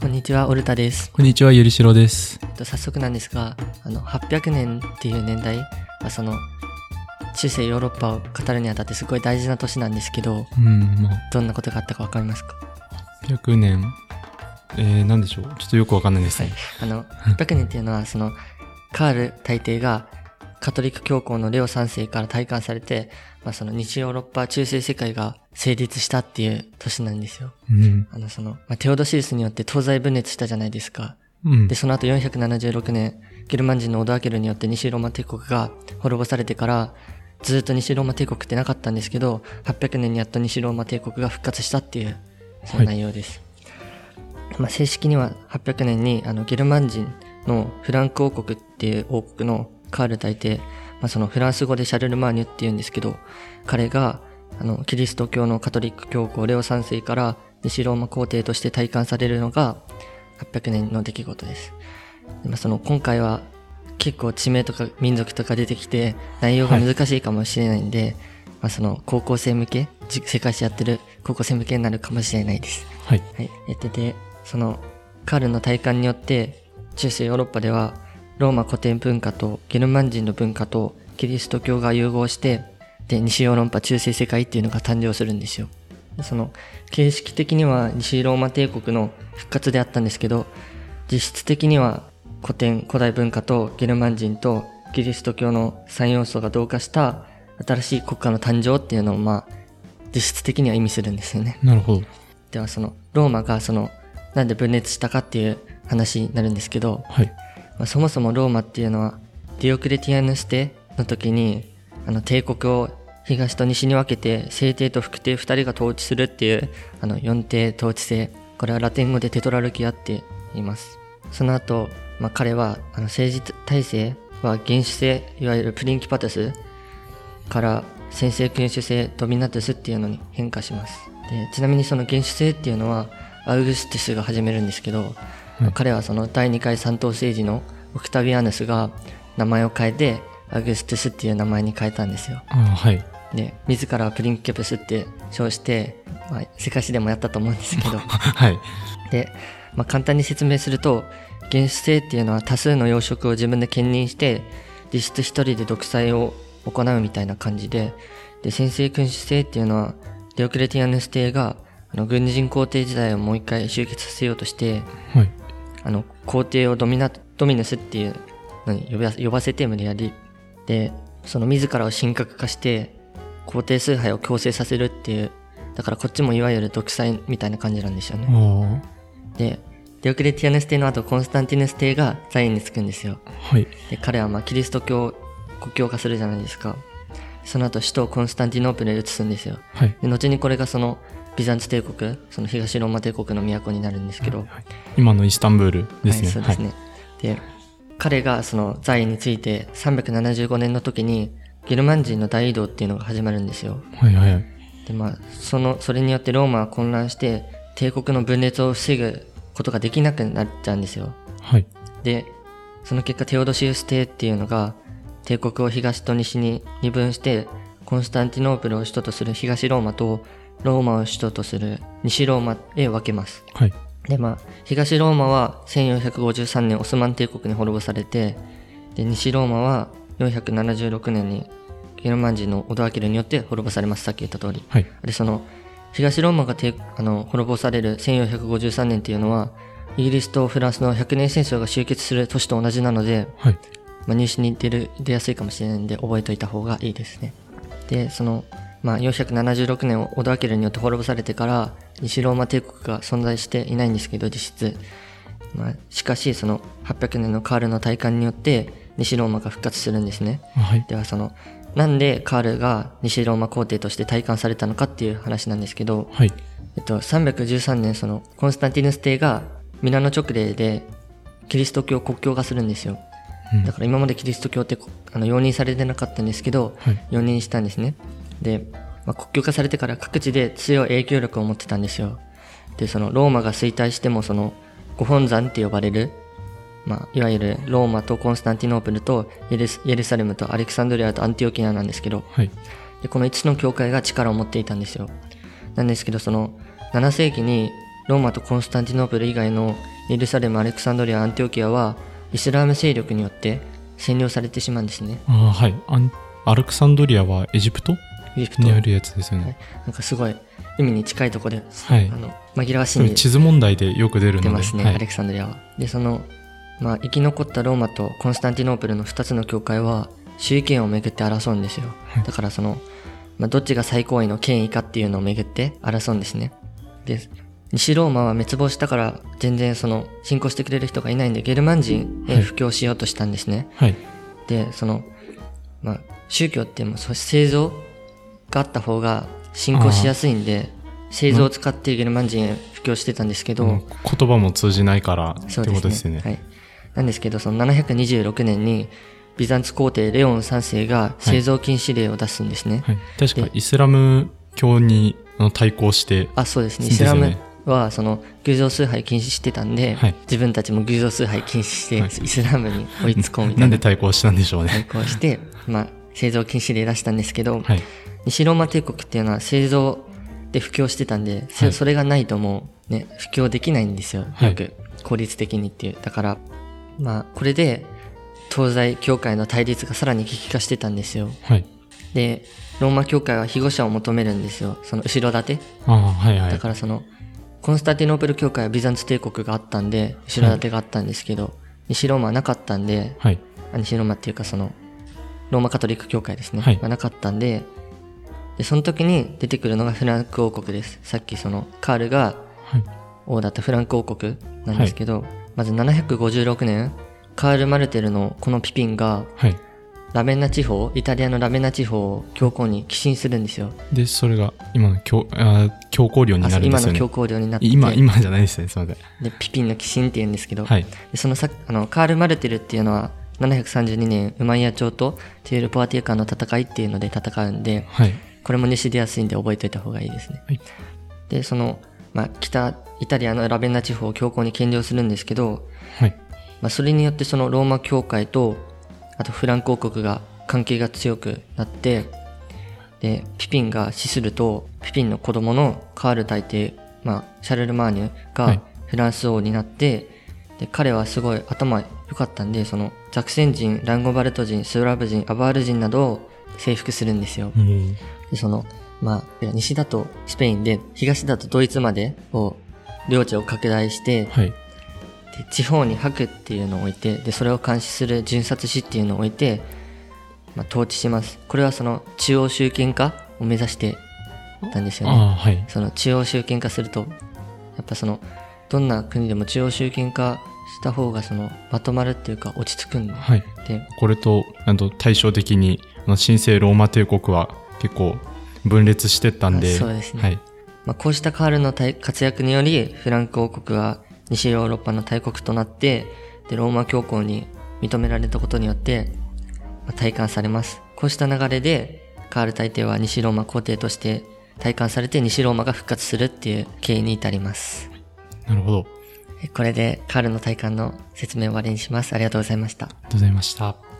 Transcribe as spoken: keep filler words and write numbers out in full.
こんにちは、オルタです。 こんにちは、ゆりしろです。 早速なんですが、あのはっぴゃくねんっていう年代はその中世ヨーロッパを語るにあたってすごい大事な年なんですけど、 うんまあ、 どんなことがあったか分かりますか？ はっぴゃくねん、えー、なんでしょう、ちょっとよくわかんないですね。 はい、あのはっぴゃくねんっていうのはそのカール大帝がカトリック教皇のレオさんせいから戴冠されて、まあ、その西ヨーロッパ中世世界が成立したっていう年なんですよ。 うん、 あのその、まあ、テオドシウスによって東西分裂したじゃないですか。 うん、 でその後よんひゃくななじゅうろくねんゲルマン人のオドアケルによって西ローマ帝国が滅ぼされてからずっと西ローマ帝国ってなかったんですけど、はっぴゃくねんにやっと西ローマ帝国が復活したっていうその内容です、はい。まあ、正式にははっぴゃくねんにあのゲルマン人のフランク王国っていう王国のカール大帝、まあ、そのフランス語でシャルルマーニュっていうんですけど、彼があのキリスト教のカトリック教皇レオさんせいから西ローマ皇帝として戴冠されるのがはっぴゃくねんの出来事です。でまあ、その今回は結構地名とか民族とか出てきて内容が難しいかもしれないんで、はい、まあ、その高校生向け、世界史やってる高校生向けになるかもしれないです。 はい。 はい。えってて、そのカールの戴冠によって中世ヨーロッパではローマ古典文化とゲルマン人の文化とキリスト教が融合して、で西ヨーロッパ中世世界っていうのが誕生するんですよ。でその形式的には西ローマ帝国の復活であったんですけど、実質的には古典古代文化とゲルマン人とキリスト教のさん要素が同化した新しい国家の誕生っていうのをまあ実質的には意味するんですよね。 なるほど。 ではそのローマがそのなんで分裂したかっていう話になるんですけど、 はい。 まあ、そもそもローマっていうのはディオクレティアヌス帝の時にあの帝国を東と西に分けて聖帝と副帝ふたりが統治するっていうあのよん帝統治制、これはラテン語でテトラルキアって言います。その後、まあ、彼はあの政治体制は元首制、いわゆるプリンキパトスから専制君主制ドミナトゥスっていうのに変化します。でちなみにその元首制っていうのはアウグスティスが始めるんですけど、はい、彼はそのだいにかい三等政治のオクタビアヌスが名前を変えてアウグスティスっていう名前に変えたんですよ。 あ、はい。で自らはプリンキパトスって称して、まあ、世界史でもやったと思うんですけどはい。 で、まあ、簡単に説明すると元首制っていうのは多数の要職を自分で兼任して実質一人で独裁を行うみたいな感じで、で専制君主制っていうのはデオクレティアヌス帝があの軍人皇帝時代をもう一回終結させようとして、 はい、 あの皇帝をドミナドミヌスっていうのに呼ば呼ばせて無理やりで、その自らを神格化して皇帝崇拝を強制させるっていう、だからこっちもいわゆる独裁みたいな感じなんですよね。でデオクレティアヌス帝の後コンスタンティヌス帝が在位につくんですよ。 はい、 で彼はまあキリスト教を国教化するじゃないですか。その後首都をコンスタンティノープルへ移すんですよ。 はい、 で後にこれがそのビザンツ帝国、その東ローマ帝国の都になるんですけど、はいはい、 今のイスタンブールですね。 はい、そうですね。はい、で彼がその在位についてさんびゃくななじゅうごねんの時にゲルマン人の大移動っていうのが始まるんですよ。 はいはいはい。 でまあそのそれによってローマは混乱して帝国の分裂を防ぐことができなくなっちゃうんですよ。 はい。 でその結果テオドシウス帝っていうのが帝国を東と西に二分してコンスタンティノープルを首都とする東ローマとローマを首都とする西ローマへ分けます。 はい。 でまあ東ローマはせんよんひゃくごじゅうさんねんオスマン帝国に滅ぼされて、で西ローマはよんひゃくななじゅうろくねんにゲルマン人のオドアケルによって滅ぼされます。さっき言った通り。 はい。 でその東ローマがてあの滅ぼされるせんよんひゃくごじゅうさんねんっていうのはイギリスとフランスのひゃくねん戦争が終結する年と同じなので、 はい、 まあ、入試に出る出やすいかもしれないので覚えておいた方がいいですね。でその、まあ、よんひゃくななじゅうろくねんオドアケルによって滅ぼされてから西ローマ帝国が存在していないんですけど実質、まあ、しかしそのはっぴゃくねんのカールの戴冠によって西ローマが復活するんですね。 はい、 ではそのなんでカールが西ローマ皇帝として戴冠されたのかっていう話なんですけど、 はい、 えっと、さんびゃくじゅうさんねんそのコンスタンティヌス帝がミラノ直令でキリスト教を国教化するんですよ。うん、だから今までキリスト教ってあの容認されてなかったんですけど、はい、容認したんですね。で、まあ、国教化されてから各地で強い影響力を持ってたんですよ。でそのローマが衰退してもそのご本山って呼ばれる、まあ、いわゆるローマとコンスタンティノープルとイエル、イエルサレムとアレクサンドリアとアンティオキアなんですけど、 はい、 でこのいつつの教会が力を持っていたんですよ。なんですけどそのななせいきにローマとコンスタンティノープル以外のエルサレム、アレクサンドリア、アンティオキアはイスラム勢力によって占領されてしまうんですね。 ああ、はい。アンアレクサンドリアはエジプトエジプトにあるやつですよね。 はい、なんかすごい海に近いところで、 はい、 あの紛らわしいに地図問題でよく出るので出ますね、 はい、 アレクサンドリアは。でその、まあ、生き残ったローマとコンスタンティノープルのふたつの教会は首位権をめぐって争うんですよ。 はい、 だからその、まあ、どっちが最高位の権威かっていうのをめぐって争うんですね。で西ローマは滅亡したから全然その信仰してくれる人がいないんでゲルマン人へ布教しようとしたんですね。 はい、 でその、まあ、宗教ってもう製造があった方が信仰しやすいんで製造を使ってゲルマン人へ布教してたんですけど、うん、 言葉も通じないからってことですよね。 はい、なんですけどそのななひゃくにじゅうろくねんにビザンツ皇帝レオンさんせいが製造禁止令を出すんですね。 はいはい、確かイスラム教に対抗してあそうですね、イスラムはその偶像崇拝禁止してたんで、はい、自分たちも偶像崇拝禁止して、はい、イスラムに追いつこうみたいな。 なんで対抗したんでしょうね。 対抗して、まあ、製造禁止令出したんですけど、 はい、 西ローマ帝国っていうのは製造で布教してたんで、はい、それがないともうね布教できないんですよ、よく効率的にっていう。だからまあこれで東西教会の対立がさらに激化してたんですよ。 はい、 でローマ教会は庇護者を求めるんですよ、その後ろ盾。 あ、はいはい、 だからそのコンスタンティノープル教会はビザンツ帝国があったんで後ろ盾があったんですけど、はい、西ローマはなかったんで、 はい、 西ローマっていうかそのローマカトリック教会ですね、 はい、 はなかったんで、でその時に出てくるのがフランク王国です。さっきそのカールが王だったフランク王国なんですけど、はい、まずななひゃくごじゅうろくねんカール・マルテルのこのピピンが、はい、ラベンナ地方、イタリアのラベンナ地方を教皇に寄進するんですよ。 でそれが今の 教, あ教皇領になるんですよね。 今の教皇領になって、 今今じゃないですね、すみません。 でピピンの寄進って言うんですけど、 はい、 でそのさあのカール・マルテルっていうのはななひゃくさんじゅうにねんウマイヤ朝とテュール・ポワティエ間の戦いっていうので戦うんで、はい、これも西出やすいんで覚えておいた方がいいですね。はい、でその、まあ、北イタリアのラベンナ地方を教皇に献上するんですけど、はい、まあ、それによってそのローマ教会とあとフランク王国が関係が強くなって、でピピンが死するとピピンの子供のカール大帝、まあ、シャルル・マーニュがフランス王になって、はい、で彼はすごい頭良かったんでそのザクセン人、ランゴバルト人、スラブ人、アバール人などを征服するんですよ。うん、でそのまあ西だとスペインで東だとドイツまでを領地を拡大して、はい、で地方に伯っていうのを置いて、でそれを監視する巡察使っていうのを置いて、まあ、統治します。これはその中央集権化を目指してたんですよね。あ、はい、その中央集権化するとやっぱそのどんな国でも中央集権化した方がそのまとまるっていうか落ち着くんで、はい、でこれとあと対照的に神聖ローマ帝国は結構分裂してったんで、 そうですね、 はい、 まあ、こうしたカールの活躍によりフランク王国は西ヨーロッパの大国となって、でローマ教皇に認められたことによって戴冠されます。こうした流れでカール大帝は西ローマ皇帝として戴冠されて西ローマが復活するっていう経緯に至ります。 なるほど。 これでカールの戴冠の説明を終わりにします。ありがとうございました。 ありがとうございました。